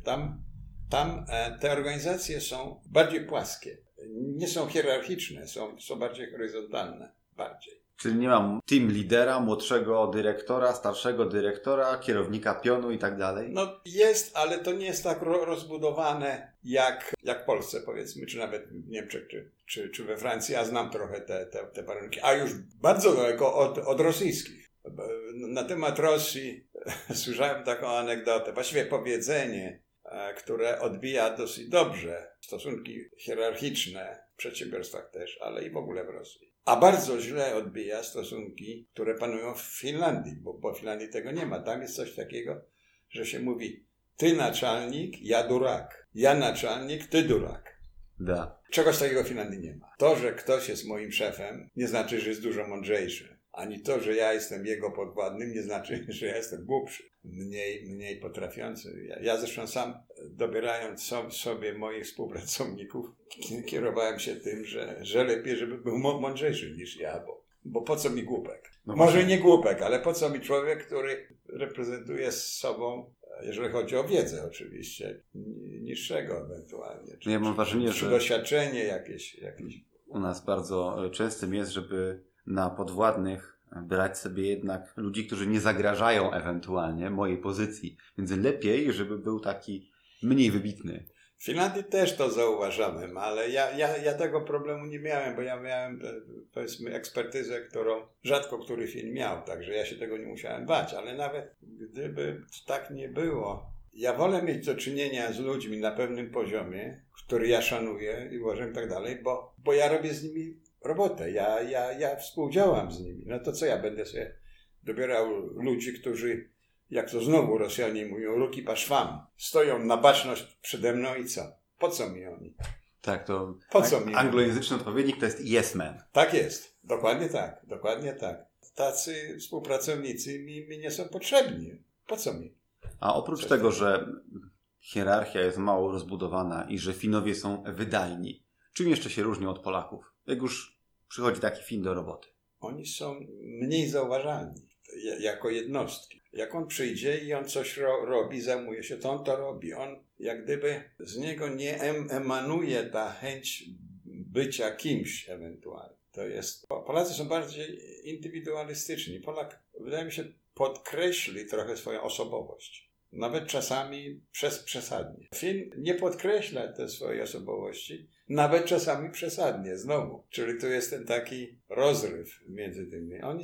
Tam te organizacje są bardziej płaskie. Nie są hierarchiczne, są bardziej horyzontalne. Bardziej. Czyli nie mam team lidera, młodszego dyrektora, starszego dyrektora, kierownika pionu i tak dalej? No jest, ale to nie jest tak rozbudowane jak w Polsce, powiedzmy, czy nawet w Niemczech, czy we Francji. Ja znam trochę te warunki, a już bardzo daleko od rosyjskich. Na temat Rosji słyszałem taką anegdotę, właściwie powiedzenie, które odbija dosyć dobrze stosunki hierarchiczne w przedsiębiorstwach też, ale i w ogóle w Rosji. A bardzo źle odbija stosunki, które panują w Finlandii, bo w Finlandii tego nie ma. Tam jest coś takiego, że się mówi ty naczelnik, ja durak. Ja naczelnik, ty durak. Da. Czegoś takiego w Finlandii nie ma. To, że ktoś jest moim szefem, nie znaczy, że jest dużo mądrzejszy. Ani to, że ja jestem jego podwładnym, nie znaczy, że ja jestem głupszy. Mniej potrafiący. Ja zresztą sam, dobierając sobie moich współpracowników, kierowałem się tym, że lepiej, żeby był mądrzejszy niż ja, bo po co mi głupek? No Może właśnie. nie głupek, ale po co mi człowiek, który reprezentuje z sobą, jeżeli chodzi o wiedzę oczywiście, niższego ewentualnie. Ja mam wrażenie, czy że doświadczenie jakieś. u nas bardzo częstym jest, żeby na podwładnych brać sobie jednak ludzi, którzy nie zagrażają ewentualnie mojej pozycji. Więc lepiej, żeby był taki mniej wybitny. W Finlandii też to zauważałem, ale ja tego problemu nie miałem, bo ja miałem, powiedzmy, ekspertyzę, którą rzadko który film miał, także ja się tego nie musiałem bać, ale nawet gdyby tak nie było, ja wolę mieć do czynienia z ludźmi na pewnym poziomie, który ja szanuję i uważam i tak dalej, bo ja robię z nimi robotę, ja współdziałam z nimi. No to co ja będę sobie dobierał ludzi, którzy, jak to znowu Rosjanie mówią, ruki po szwam, stoją na baczność przede mną i co? Po co mi oni? Tak, to Po co mi anglojęzyczny odpowiednik to jest yes man. Tak jest, dokładnie tak. Tacy współpracownicy mi nie są potrzebni. Po co mi? A oprócz tego, że hierarchia jest mało rozbudowana i że Finowie są wydajni, czym jeszcze się różnią od Polaków? Jak już przychodzi taki Fin do roboty. Oni są mniej zauważalni jako jednostki. Jak on przyjdzie i on coś robi, zajmuje się, to on to robi. On jak gdyby z niego nie emanuje ta chęć bycia kimś ewentualnie. To jest... Polacy są bardziej indywidualistyczni. Polak, wydaje mi się, podkreśli trochę swoją osobowość. Nawet czasami przesadnie. Fin nie podkreśla te swojej osobowości, nawet czasami przesadnie, znowu. Czyli tu jest ten taki rozryw między tymi. Oni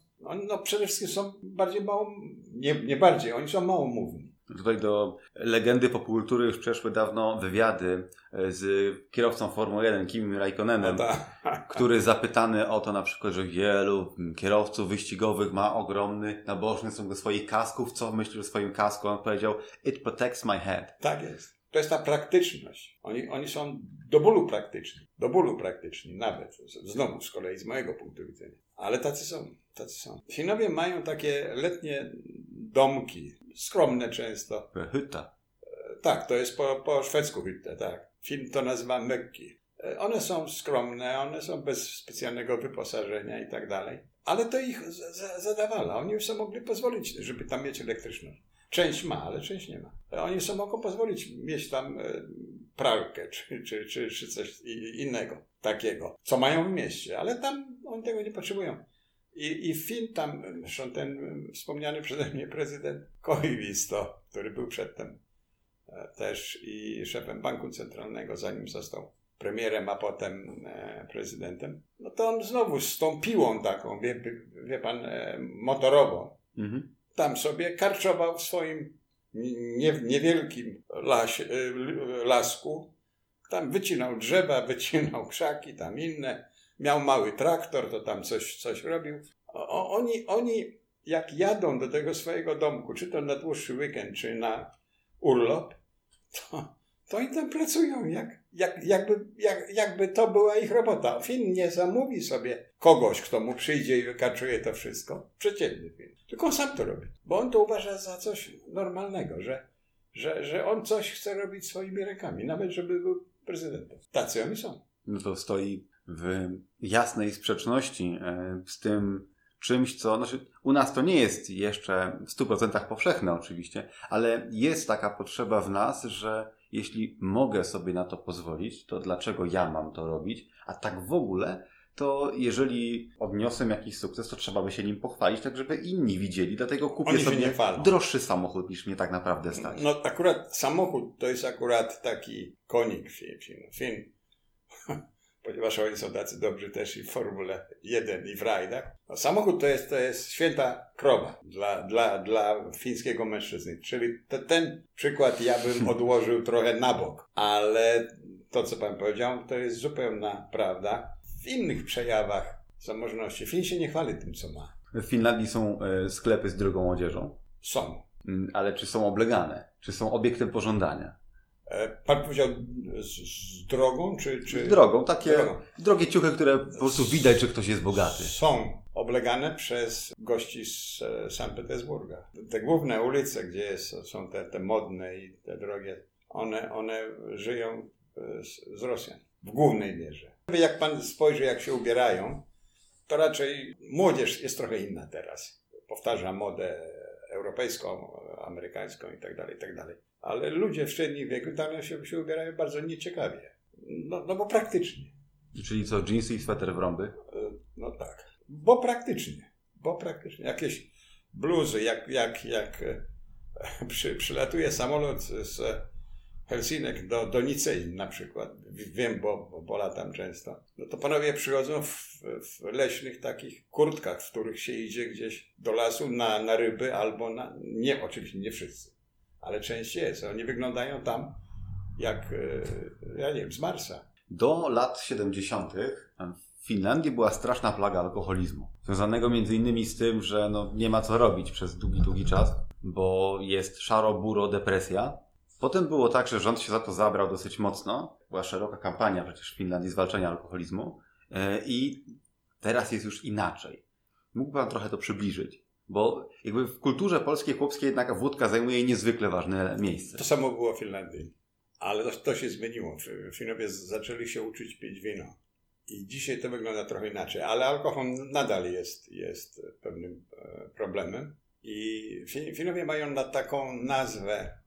przede wszystkim są bardziej oni są małomówni. Tutaj do legendy popkultury już przeszły dawno wywiady z kierowcą Formuły 1, Kimim Raikkonenem, który zapytany o to na przykład, że wielu kierowców wyścigowych ma ogromny nabożny stosunek do swoich kasków. Co myślisz o swoim kasku? On powiedział, it protects my head. Tak jest. To jest ta praktyczność. Oni są do bólu praktyczni nawet. Znowu z kolei z mojego punktu widzenia. Ale tacy są. Finowie mają takie letnie domki, skromne często. Hytta. Tak, to jest po szwedzku hytte, tak. Fin to nazywa mökki. One są skromne, one są bez specjalnego wyposażenia i tak dalej. Ale to ich zadawala. Oni już sobie mogli pozwolić, żeby tam mieć elektryczność. Część ma, ale część nie ma. Oni sobie mogą pozwolić mieć tam pralkę czy coś innego takiego, co mają w mieście, ale tam oni tego nie potrzebują. I Fin tam, zresztą ten wspomniany przeze mnie prezydent Koivisto, który był przedtem też i szefem Banku Centralnego, zanim został premierem, a potem prezydentem, no to on znowu z tą piłą taką, wie pan, motorową, tam sobie karczował w swoim niewielkim lasku, tam wycinał drzewa, wycinał krzaki, tam inne, miał mały traktor, to tam coś robił. Oni jak jadą do tego swojego domku, czy to na dłuższy weekend, czy na urlop, to oni tam pracują, jakby to była ich robota. Fin nie zamówi sobie kogoś, kto mu przyjdzie i wykarczuje to wszystko. Przeciętny Fin. Tylko on sam to robi. Bo on to uważa za coś normalnego, że że on coś chce robić swoimi rękami, nawet żeby był prezydentem. Tacy oni są. No to stoi w jasnej sprzeczności z tym czymś, co... Znaczy, u nas to nie jest jeszcze w 100% powszechne oczywiście, ale jest taka potrzeba w nas, że jeśli mogę sobie na to pozwolić, to dlaczego ja mam to robić? A tak w ogóle, to jeżeli odniosłem jakiś sukces, to trzeba by się nim pochwalić, tak żeby inni widzieli. Dlatego kupię Oni się sobie nie chwalą. droższy samochód, niż mnie tak naprawdę stać. No akurat samochód to jest akurat taki konik Fin. Ponieważ oni są tacy dobrzy też i w Formule 1 i w rajdach. No, samochód to jest święta krowa dla fińskiego mężczyzny. Czyli ten przykład ja bym odłożył trochę na bok. Ale to, co pan powiedział, to jest zupełna prawda. W innych przejawach zamożności Fin się nie chwali tym, co ma. W Finlandii są sklepy z drogą odzieżą, Są. ale czy są oblegane? Czy są obiektem pożądania? Pan powiedział z drogą, czy... Z drogą, takie drogą. drogie ciuchy, które po prostu widać, że ktoś jest bogaty. Są oblegane przez gości z Sankt Petersburga. Te główne ulice, gdzie są te modne i te drogie, one żyją z Rosjan. W głównej mierze. Jak pan spojrzy, jak się ubierają, to raczej młodzież jest trochę inna teraz. Powtarza modę europejską, amerykańską i tak dalej. Ale ludzie w średnim wieku tam się ubierają bardzo nieciekawie. No bo praktycznie. Czyli co, dżinsy i sweter w rąby? No tak. Bo praktycznie. Jakieś bluzy, jak przylatuje samolot z Helsinek do Nicei na przykład. Wiem, bo latam często. No to panowie przychodzą w leśnych takich kurtkach, w których się idzie gdzieś do lasu na ryby albo nie, oczywiście nie wszyscy, ale część jest. Oni wyglądają tam jak, ja nie wiem, z Marsa. Do lat 70. w Finlandii była straszna plaga alkoholizmu. Związanego między innymi z tym, że nie ma co robić przez długi czas, bo jest szaro-buro depresja. Potem było tak, że rząd się za to zabrał dosyć mocno. Była szeroka kampania przecież w Finlandii zwalczania alkoholizmu. I teraz jest już inaczej. Mógłby pan trochę to przybliżyć? Bo jakby w kulturze polskiej, chłopskiej jednak wódka zajmuje niezwykle ważne miejsce. To samo było w Finlandii. Ale to się zmieniło. Finowie zaczęli się uczyć pić wino. I dzisiaj to wygląda trochę inaczej. Ale alkohol nadal jest pewnym problemem. I Finowie mają na taką nazwę,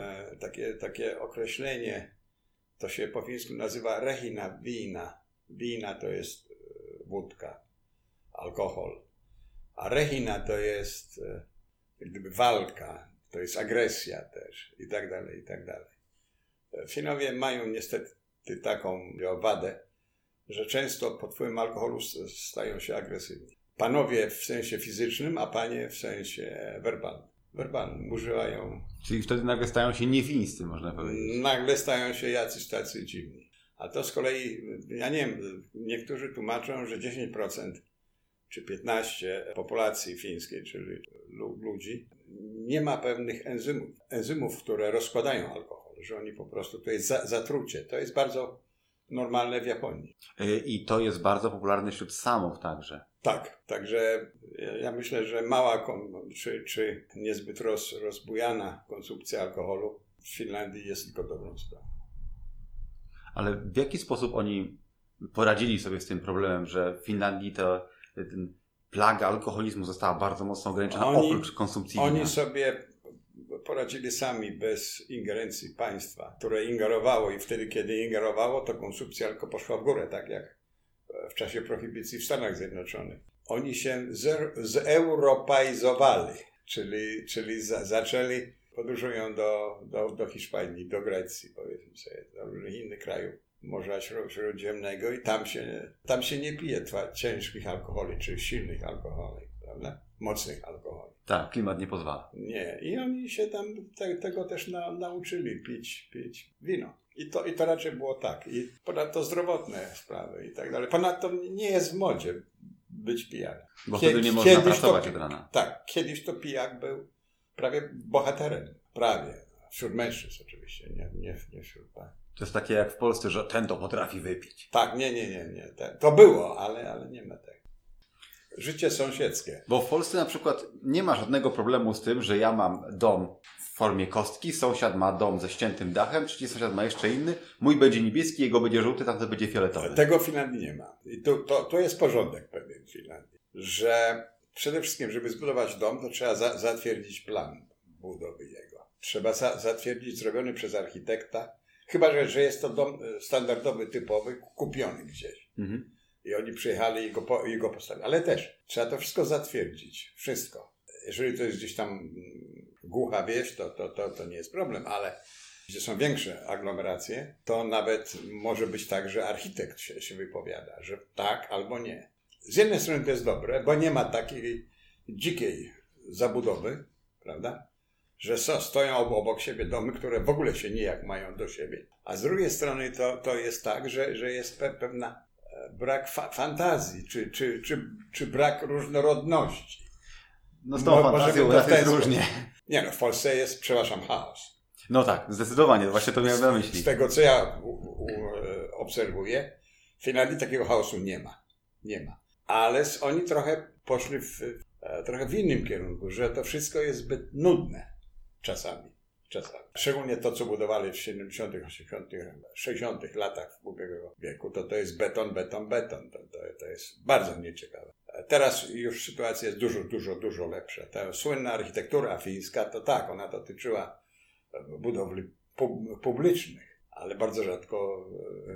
takie określenie, to się po fińsku nazywa rehina wina. Wina to jest wódka, alkohol. A rehina to jest jak gdyby walka, to jest agresja też i tak dalej. Finowie mają niestety taką wadę, że często pod wpływem alkoholu stają się agresywni. Panowie w sensie fizycznym, a panie w sensie werbalnym używają. Czyli wtedy nagle stają się niefińscy, można powiedzieć. Nagle stają się jacyś tacy dziwni. A to z kolei, ja nie wiem, niektórzy tłumaczą, że 10% czy 15% populacji fińskiej, czyli ludzi, nie ma pewnych enzymów, które rozkładają alkohol, że oni po prostu, to jest zatrucie. To jest bardzo normalne w Japonii. I to jest bardzo popularne wśród samów także. Tak, także ja myślę, że mała czy niezbyt rozbujana konsumpcja alkoholu w Finlandii jest tylko dobrą sprawą. Ale w jaki sposób oni poradzili sobie z tym problemem, że w Finlandii plaga alkoholizmu została bardzo mocno ograniczona oprócz konsumpcji wina? Oni sobie poradzili sami bez ingerencji państwa, które ingerowało i wtedy, kiedy ingerowało, to konsumpcja alkoholu poszła w górę, tak jak w czasie prohibicji w Stanach Zjednoczonych. Oni się zeuropaizowali, czyli zaczęli, podróżują do Hiszpanii, do Grecji, powiedzmy sobie, do różnych innych krajów Morza Śródziemnego i tam się nie pije ciężkich alkoholi, czy silnych alkoholi, prawda? Mocnych alkoholi. Tak, klimat nie pozwala. Nie. I oni się tam tego też nauczyli pić wino. I to raczej było tak. I ponadto zdrowotne sprawy i tak dalej. Ponadto nie jest w modzie być pijany. Bo wtedy nie można pracować od rana. Tak. Kiedyś to pijak był prawie bohaterem. Prawie. Wśród mężczyzn oczywiście. Nie wśród pań. To jest takie jak w Polsce, że ten to potrafi wypić. Tak. Nie. To było, ale nie ma tego. Życie sąsiedzkie. Bo w Polsce na przykład nie ma żadnego problemu z tym, że ja mam dom w formie kostki, sąsiad ma dom ze ściętym dachem, trzeci sąsiad ma jeszcze inny, mój będzie niebieski, jego będzie żółty, tamten będzie fioletowy. Tego w Finlandii nie ma. I to jest porządek pewien w Finlandii, że przede wszystkim, żeby zbudować dom, to trzeba zatwierdzić plan budowy jego. Trzeba zatwierdzić zrobiony przez architekta, chyba że jest to dom standardowy, typowy, kupiony gdzieś. Mhm. I oni przyjechali i go postawili. Ale też trzeba to wszystko zatwierdzić. Wszystko. Jeżeli to jest gdzieś tam głucha wieś, to nie jest problem, ale gdzie są większe aglomeracje, to nawet może być tak, że architekt się wypowiada, że tak albo nie. Z jednej strony to jest dobre, bo nie ma takiej dzikiej zabudowy, prawda? Że stoją obok siebie domy, które w ogóle się nijak mają do siebie. A z drugiej strony to jest tak, że jest pewna brak fantazji, czy brak różnorodności. No z tą fantazją jest różnie. Nie no, w Polsce jest, przepraszam, chaos. No tak, zdecydowanie, właśnie to miałem na myśli. Z tego, co ja obserwuję, w Finlandii takiego chaosu nie ma. Nie ma. Ale oni trochę poszli trochę w innym kierunku, że to wszystko jest zbyt nudne czasami. Szczególnie to, co budowali w 70., 80., 60. latach ubiegłego wieku, to jest beton. To jest bardzo nieciekawe. Teraz już sytuacja jest dużo lepsza. Ta słynna architektura fińska, to tak, ona dotyczyła budowli publicznych, ale bardzo rzadko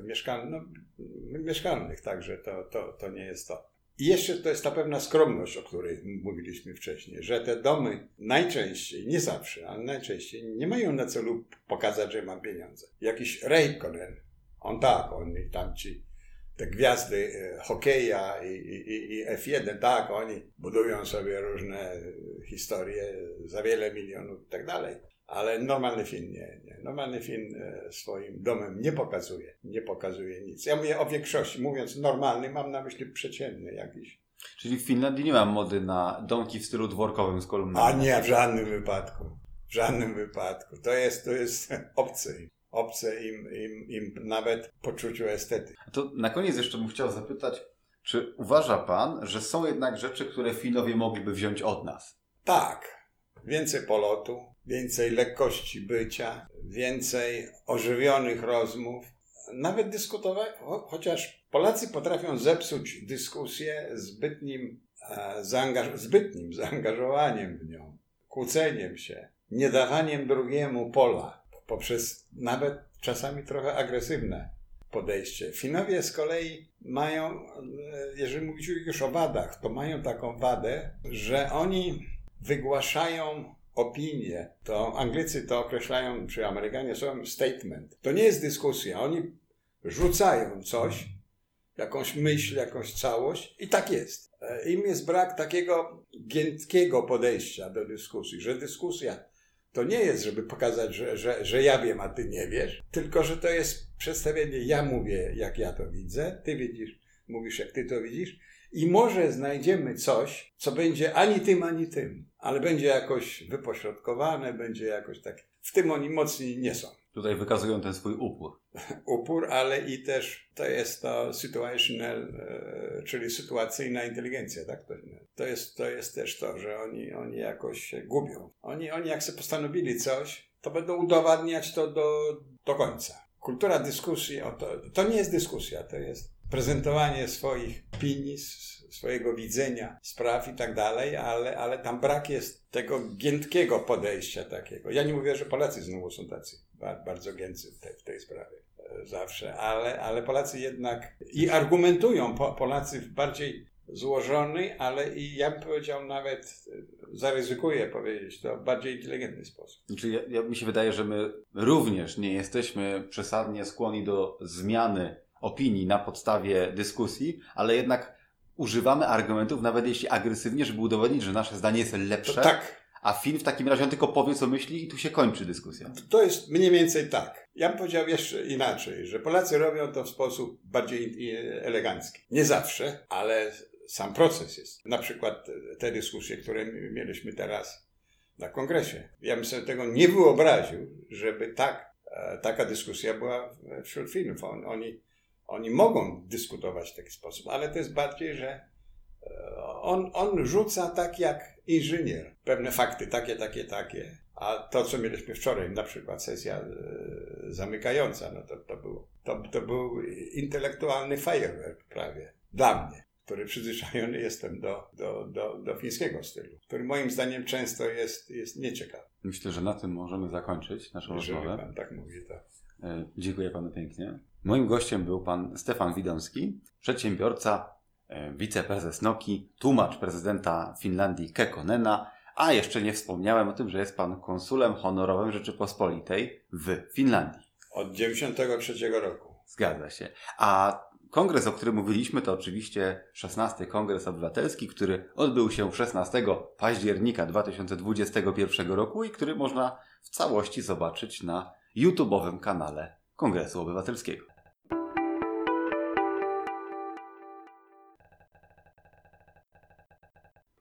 mieszkalnych, także to nie jest to. I jeszcze to jest ta pewna skromność, o której mówiliśmy wcześniej, że te domy najczęściej, nie zawsze, ale najczęściej nie mają na celu pokazać, że mam pieniądze. Jakiś Räikkönen, on tam te gwiazdy hokeja i F1, tak, oni budują sobie różne historie za wiele milionów i tak dalej. Ale normalny film nie. Normalny film swoim domem nie pokazuje nic. Ja mówię o większości. Mówiąc normalny, mam na myśli przeciętny jakiś. Czyli w Finlandii nie ma mody na domki w stylu dworkowym z kolumnami? A nie, w żadnym wypadku. W żadnym wypadku. To jest obce im. Obce im nawet poczuciu estetyki. To na koniec jeszcze bym chciał zapytać, czy uważa pan, że są jednak rzeczy, które Finowie mogliby wziąć od nas? Tak. Więcej polotu, więcej lekkości bycia, więcej ożywionych rozmów, nawet dyskutować, chociaż Polacy potrafią zepsuć dyskusję zbytnim zaangażowaniem w nią, kłóceniem się, nie dawaniem drugiemu pola, poprzez nawet czasami trochę agresywne podejście. Finowie z kolei mają, jeżeli mówić już o wadach, to mają taką wadę, że oni wygłaszają opinię. To Anglicy to określają, czy Amerykanie słowem statement. To nie jest dyskusja. Oni rzucają coś, jakąś myśl, jakąś całość i tak jest. Im jest brak takiego giętkiego podejścia do dyskusji, że dyskusja to nie jest, żeby pokazać, że ja wiem, a ty nie wiesz, tylko że to jest przedstawienie, ja mówię, jak ja to widzę, ty mówisz, jak ty to widzisz i może znajdziemy coś, co będzie ani tym, ale będzie jakoś wypośrodkowane, będzie jakoś tak. W tym oni mocni nie są. Tutaj wykazują ten swój upór. Ale i też to jest to situational, czyli sytuacyjna inteligencja, tak? To jest też to, że oni jakoś się gubią. Oni jak sobie postanowili coś, to będą udowadniać to do końca. Kultura dyskusji, to nie jest dyskusja, to jest prezentowanie swoich opinii, swojego widzenia spraw i tak dalej, ale tam brak jest tego giętkiego podejścia takiego. Ja nie mówię, że Polacy znowu są tacy bardzo giętcy w tej sprawie zawsze, ale Polacy jednak i argumentują, Polacy w bardziej złożony, ale i ja bym powiedział nawet, zaryzykuję powiedzieć to, w bardziej inteligentny sposób. Czyli mi się wydaje, że my również nie jesteśmy przesadnie skłonni do zmiany opinii na podstawie dyskusji, ale jednak używamy argumentów, nawet jeśli agresywnie, żeby udowodnić, że nasze zdanie jest lepsze. Tak. A Fin w takim razie on tylko powie, co myśli i tu się kończy dyskusja. To jest mniej więcej tak. Ja bym powiedział jeszcze inaczej, że Polacy robią to w sposób bardziej elegancki. Nie zawsze, ale sam proces jest. Na przykład te dyskusje, które mieliśmy teraz na kongresie. Ja bym sobie tego nie wyobraził, żeby taka dyskusja była wśród Finów. Oni mogą dyskutować w taki sposób, ale to jest bardziej, że on rzuca tak jak inżynier. Pewne fakty, takie. A to, co mieliśmy wczoraj, na przykład sesja zamykająca, no to był intelektualny fajerwerk prawie. Dla mnie, który przyzwyczajony jestem do fińskiego stylu, który moim zdaniem często jest nieciekawy. Myślę, że na tym możemy zakończyć naszą rozmowę. Jeżeli pan tak mówi, tak. Dziękuję panu pięknie. Moim gościem był pan Stefan Widomski, przedsiębiorca, wiceprezes Noki, tłumacz prezydenta Finlandii Kekkonena, a jeszcze nie wspomniałem o tym, że jest pan konsulem honorowym Rzeczypospolitej w Finlandii. Od 1993 roku. Zgadza się. A kongres, o którym mówiliśmy, to oczywiście 16. Kongres Obywatelski, który odbył się 16 października 2021 roku i który można w całości zobaczyć na YouTube'owym kanale Kongresu Obywatelskiego.